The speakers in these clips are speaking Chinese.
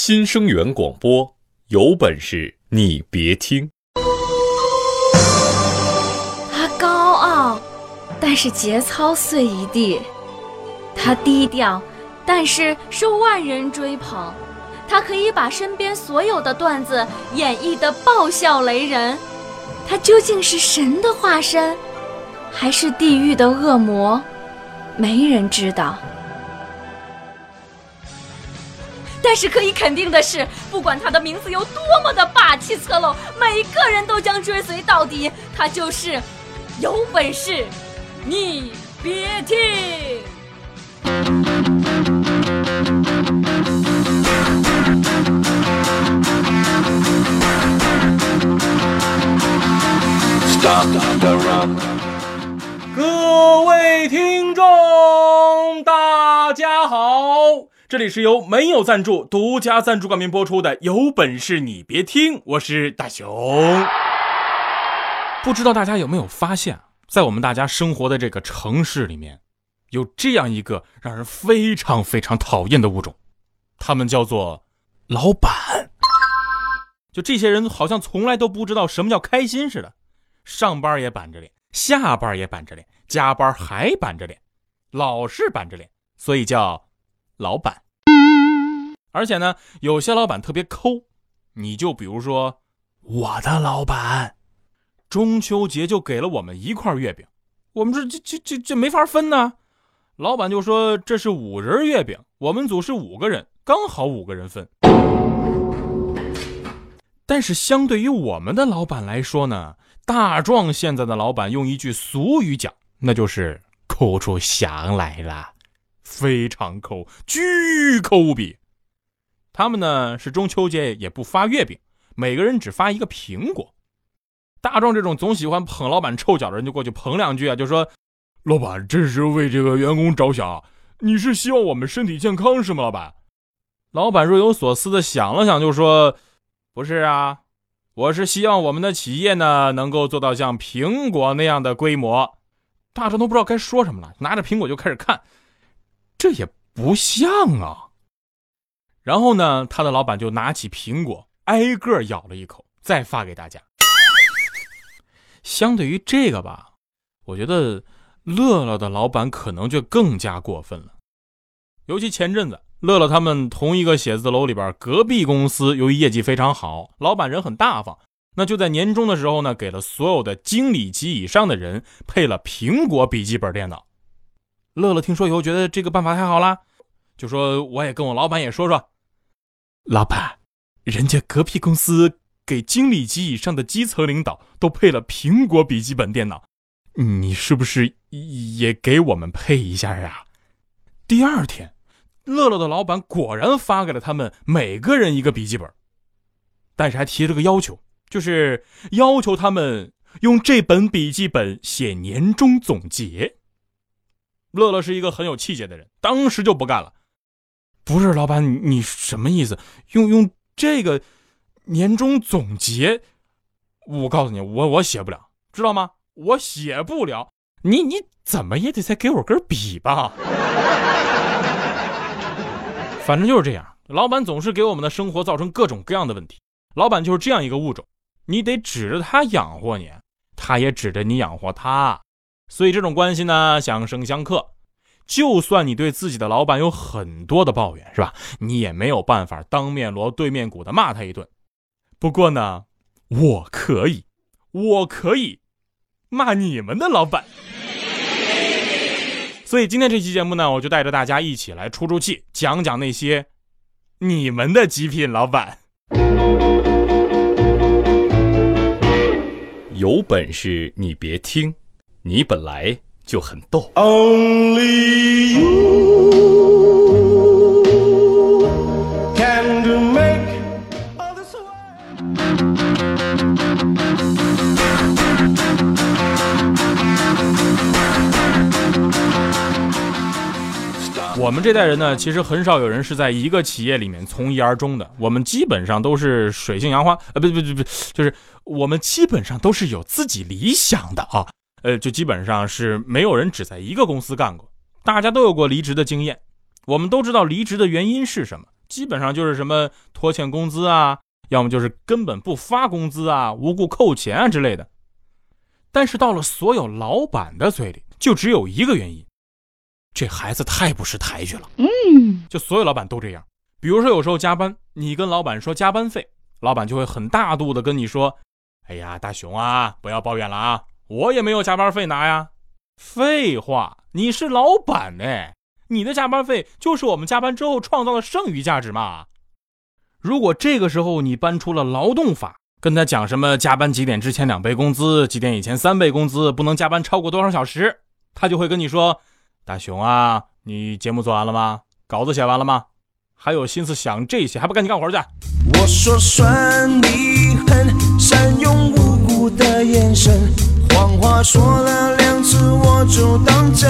新生源广播，有本事你别听。 他高傲，但是节操碎一地；他低调，但是受万人追捧。他可以把身边所有的段子演绎得爆笑雷人。他究竟是神的化身，还是地狱的恶魔？没人知道。但是可以肯定的是，不管他的名字有多么的霸气侧漏，每个人都将追随到底。他就是有本事你别听。 各位听众大家好，这里是由没有赞助独家赞助冠名播出的有本事你别听，我是大熊。不知道大家有没有发现，在我们大家生活的这个城市里面，有这样一个让人非常非常讨厌的物种，他们叫做老板。就这些人好像从来都不知道什么叫开心似的，上班也板着脸，下班也板着脸，加班还板着脸，老是板着脸，所以叫老板。而且呢，有些老板特别抠，你就比如说我的老板，中秋节就给了我们一块月饼，我们这没法分呢。老板就说这是5仁月饼，我们组是5个人，刚好5个人分。但是相对于我们的老板来说呢，大壮现在的老板用一句俗语讲，那就是抠出翔来了，非常抠，巨抠无比。他们呢是中秋节也不发月饼，每个人只发一个苹果。大壮这种总喜欢捧老板臭脚的人就过去捧2句啊，就说老板这是为这个员工着想，你是希望我们身体健康是吗老板？老板若有所思的想了想就说不是啊，我是希望我们的企业呢能够做到像苹果那样的规模。大壮都不知道该说什么了，拿着苹果就开始看，这也不像啊。然后呢，他的老板就拿起苹果挨个咬了一口，再发给大家。相对于这个吧，我觉得乐乐的老板可能就更加过分了。尤其前阵子乐乐他们同一个写字楼里边，隔壁公司由于业绩非常好，老板人很大方，那就在年终的时候呢，给了所有的经理级以上的人配了苹果笔记本电脑。乐乐听说以后觉得这个办法太好了，就说我也跟我老板也说说，老板，人家隔壁公司给经理级以上的基层领导都配了苹果笔记本电脑，你是不是也给我们配一下呀？第二天乐乐的老板果然发给了他们每个人一个笔记本，但是还提了个要求，就是要求他们用这本笔记本写年终总结。乐乐是一个很有气节的人，当时就不干了，不是老板，你什么意思？用这个年终总结，我告诉你，我写不了，知道吗？我写不了，你怎么也得再给我根笔吧。反正就是这样，老板总是给我们的生活造成各种各样的问题。老板就是这样一个物种，你得指着他养活你，他也指着你养活他，所以这种关系呢相生相克。就算你对自己的老板有很多的抱怨，是吧？你也没有办法当面锣对面鼓的骂他一顿。不过呢，我可以骂你们的老板。所以今天这期节目呢，我就带着大家一起来出气，讲讲那些你们的极品老板。 有本事你别听，你本来就很逗。 Only you can make all this way. 我们这代人呢，其实很少有人是在一个企业里面从一而终的，我们基本上都是水性杨花，不，就是我们基本上都是有自己理想的啊。就基本上是没有人只在一个公司干过，大家都有过离职的经验，我们都知道离职的原因是什么， 基本上就是什么拖欠工资啊，要么就是根本不发工资啊，无故扣钱啊之类的。但是到了所有老板的嘴里，就只有一个原因，这孩子太不识抬举了。就所有老板都这样。比如说有时候加班，你跟老板说加班费，老板就会很大度的跟你说，哎呀，大熊啊，不要抱怨了啊，我也没有加班费拿呀。废话，你是老板呢，你的加班费就是我们加班之后创造的剩余价值嘛。如果这个时候你搬出了劳动法，跟他讲什么加班几点之前2倍工资，几点以前3倍工资，不能加班超过多少小时，他就会跟你说，大熊啊，你节目做完了吗？稿子写完了吗？还有心思想这些，还不赶紧干活去？ 我说算你狠，善用无辜的眼神，谎话说了2次我就当真。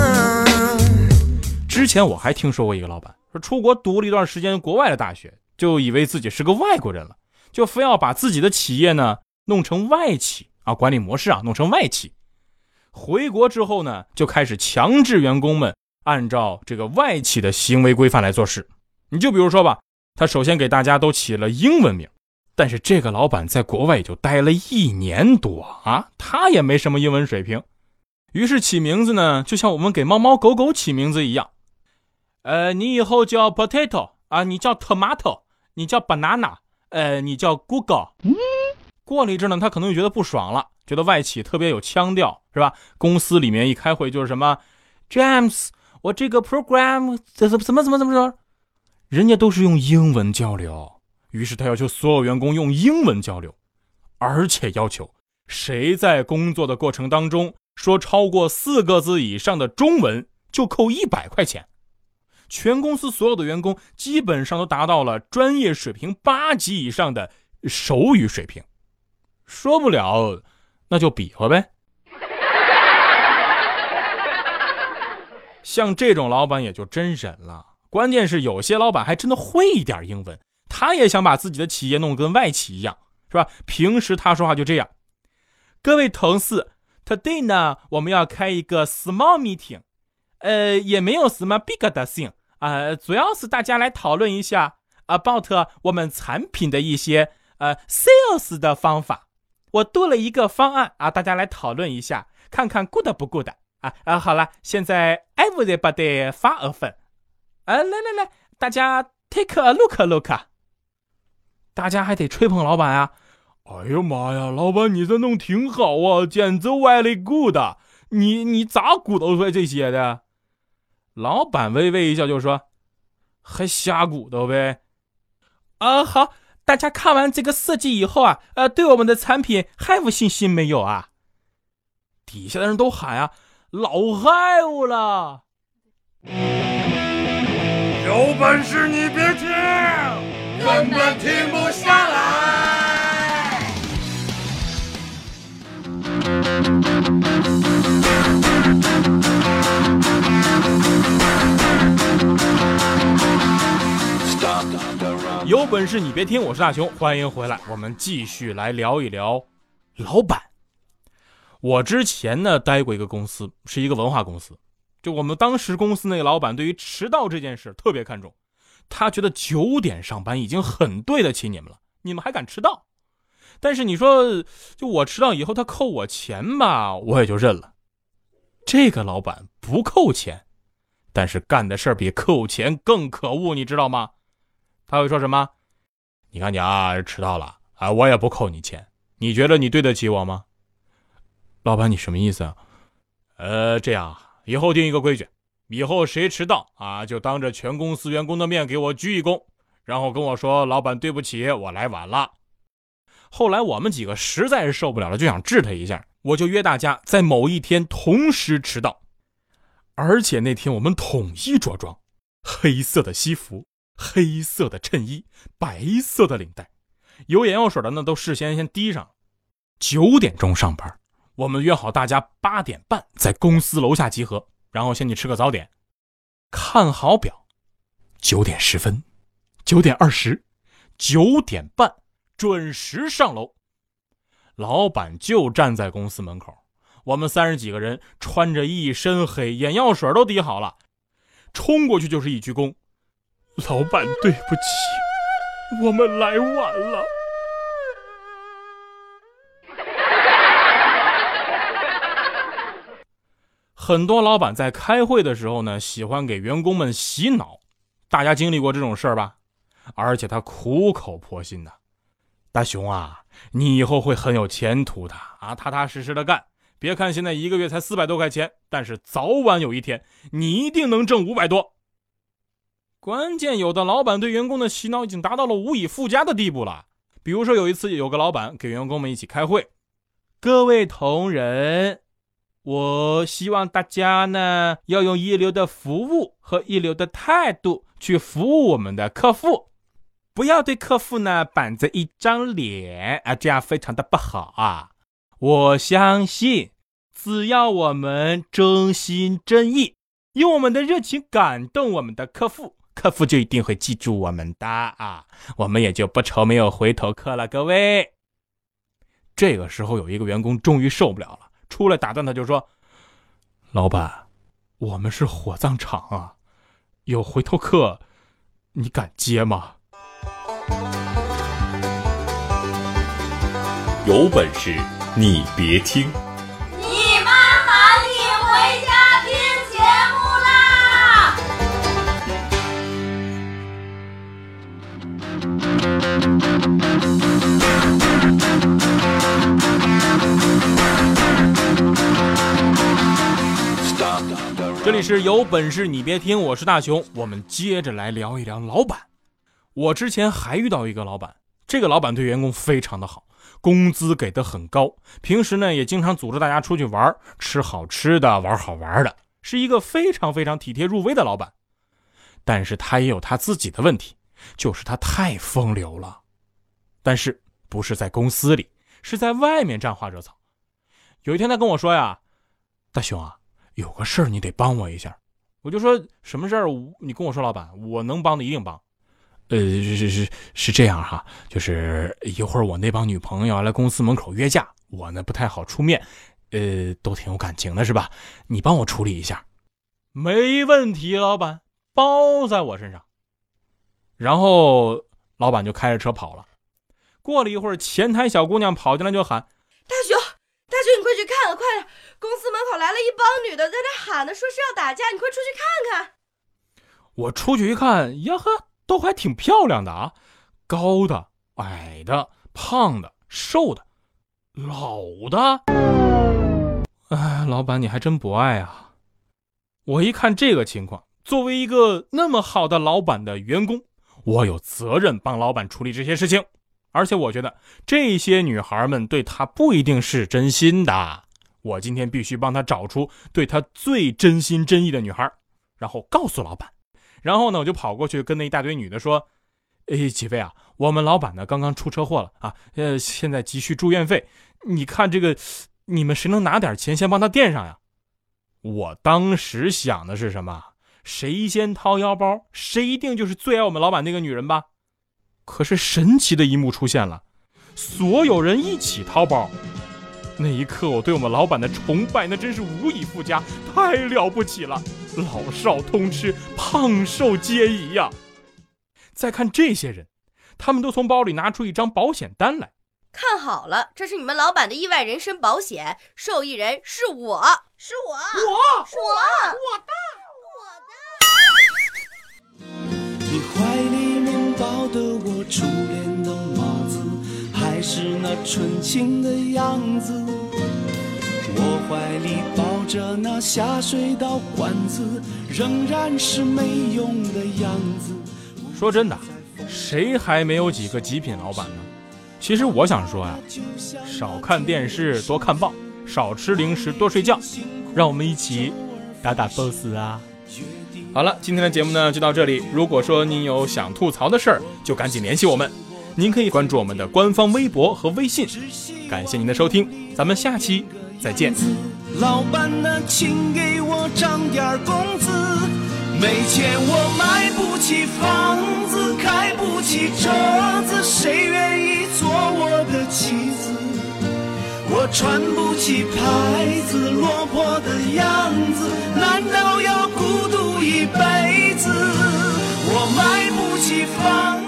之前我还听说过一个老板说，出国读了一段时间国外的大学，就以为自己是个外国人了，就非要把自己的企业呢弄成外企啊，管理模式啊弄成外企。回国之后呢，就开始强制员工们按照这个外企的行为规范来做事。你就比如说吧，他首先给大家都起了英文名，但是这个老板在国外也就待了1年多啊，他也没什么英文水平。于是起名字呢，就像我们给猫猫狗狗起名字一样，你以后叫 potato 啊，你叫 tomato， 你叫 banana， 你叫 Google。过了一阵呢，他可能就觉得不爽了，觉得外企特别有腔调，是吧？公司里面一开会就是什么 James， 我这个 program 怎么说，人家都是用英文交流，于是他要求所有员工用英文交流，而且要求谁在工作的过程当中说超过4个字以上的中文就扣100块钱。全公司所有的员工基本上都达到了专业水平8级以上的手语水平，说不了那就比划呗。像这种老板也就真忍了，关键是有些老板还真的会一点英文，他也想把自己的企业弄跟外企一样，是吧？平时他说话就这样，各位同事 Today 呢，我们要开一个 small meeting， 也没有什么 big 的 thing， 主要是大家来讨论一下 about 我们产品的一些sales 的方法。我多了一个方案啊，大家来讨论一下，看看 good 不 good 啊。好了，现在 everybody 发1份，来，大家 take a look， 大家还得吹捧老板啊。哎呀妈呀，老板你这弄挺好啊，简直 very good， 你咋鼓捣出来这些的？老板微微一笑就说，还瞎鼓捣呗。好，大家看完这个设计以后啊，对我们的产品还有信心没有啊？底下的人都喊啊，老害我了。 有本事你别停，根本停不下来。 有本事你别听，我是大熊，欢迎回来，我们继续来聊一聊老板。我之前呢待过一个公司，是一个文化公司，就我们当时公司那个老板对于迟到这件事特别看重，他觉得9点上班已经很对得起你们了，你们还敢迟到。但是你说就我迟到以后他扣我钱吧，我也就认了。这个老板不扣钱，但是干的事儿比扣钱更可恶，你知道吗？他会说什么？你看你啊，迟到了啊，我也不扣你钱，你觉得你对得起我吗？老板你什么意思啊？这样以后定一个规矩，以后谁迟到啊，就当着全公司员工的面给我鞠一躬，然后跟我说老板对不起，我来晚了。后来我们几个实在是受不了了，就想治他一下，我就约大家在某一天同时迟到，而且那天我们统一着装，黑色的西服，黑色的衬衣，白色的领带，有眼药水的呢都事先滴上。9点钟上班，我们约好大家8点半在公司楼下集合，然后先去吃个早点。看好表，9点10分，9点20， 9点半准时上楼。老板就站在公司门口，我们30几个人穿着一身黑，眼药水都滴好了，冲过去就是一鞠躬。 老板对不起，我们来晚了。很多老板在开会的时候呢，喜欢给员工们洗脑，大家经历过这种事儿吧？而且他苦口婆心的，大熊啊，你以后会很有前途的啊，踏踏实实的干。别看现在一个月才400多块钱，但是早晚有一天，你一定能挣500多。关键有的老板对员工的洗脑已经达到了无以复加的地步了。比如说有一次有个老板给员工们一起开会，各位同仁，我希望大家呢要用一流的服务和一流的态度去服务我们的客户，不要对客户呢板着一张脸啊，这样非常的不好啊。我相信只要我们真心真意，用我们的热情感动我们的客户，客户就一定会记住我们的啊，我们也就不愁没有回头客了。各位，这个时候有一个员工终于受不了了，出来打断他就说，老板，我们是火葬场啊，有回头客你敢接吗？ 有本事你别听， 你妈喊你回家听节目啦！ 这里是有本事你别听，我是大熊，我们接着来聊一聊老板。我之前还遇到一个老板，这个老板对员工非常的好，工资给的很高，平时呢也经常组织大家出去玩，吃好吃的，玩好玩的，是一个非常非常体贴入微的老板。但是他也有他自己的问题，就是他太风流了。但是不是在公司里，是在外面沾花惹草。有一天他跟我说呀，大雄啊，有个事儿你得帮我一下。我就说什么事儿？你跟我说，老板，我能帮的一定帮。是这样哈，就是一会儿我那帮女朋友来公司门口约架，我呢不太好出面，都挺有感情的是吧？你帮我处理一下。没问题，老板，包在我身上。然后老板就开着车跑了。过了一会儿，前台小姑娘跑进来就喊， 大雄，你快去看了，快点！公司门口来了一帮女的，在那喊呢，说是要打架，你快出去看看。 我出去一看，呀呵，都还挺漂亮的啊，高的、矮的、胖的、瘦的、老的。哎，老板你还真博爱啊！我一看这个情况，作为一个那么好的老板的员工，我有责任帮老板处理这些事情。而且我觉得这些女孩们对他不一定是真心的，我今天必须帮他找出对他最真心真意的女孩，然后告诉老板。然后呢，我就跑过去跟那一大堆女的说，几位啊，我们老板呢刚刚出车祸了啊，现在急需住院费，你看这个，你们谁能拿点钱先帮他垫上呀？我当时想的是什么？谁先掏腰包，谁一定就是最爱我们老板那个女人吧。可是神奇的一幕出现了，所有人一起掏包。那一刻我对我们老板的崇拜那真是无以复加，太了不起了，老少通吃，胖瘦皆宜呀。再看这些人，他们都从包里拿出一张保险单来。 看好了，这是你们老板的意外人身保险，受益人是我。 你怀里面抱的我初恋的帽子，还是那纯情的样子。我怀里抱着那下水道管子，仍然是没用的样子。 说真的，谁还没有几个极品老板呢？其实我想说啊，少看电视多看报，少吃零食多睡觉，让我们一起打打 BOSS 啊。好了，今天的节目呢就到这里。如果说您有想吐槽的事儿，就赶紧联系我们。您可以关注我们的官方微博和微信。感谢您的收听，咱们下期再见。 老板呢，请给我涨点工资，没钱我买不起房子，开不起车子，谁愿意做我的妻子？我穿不起牌子，落魄的样子，难道要孤独一辈子？我我买不起房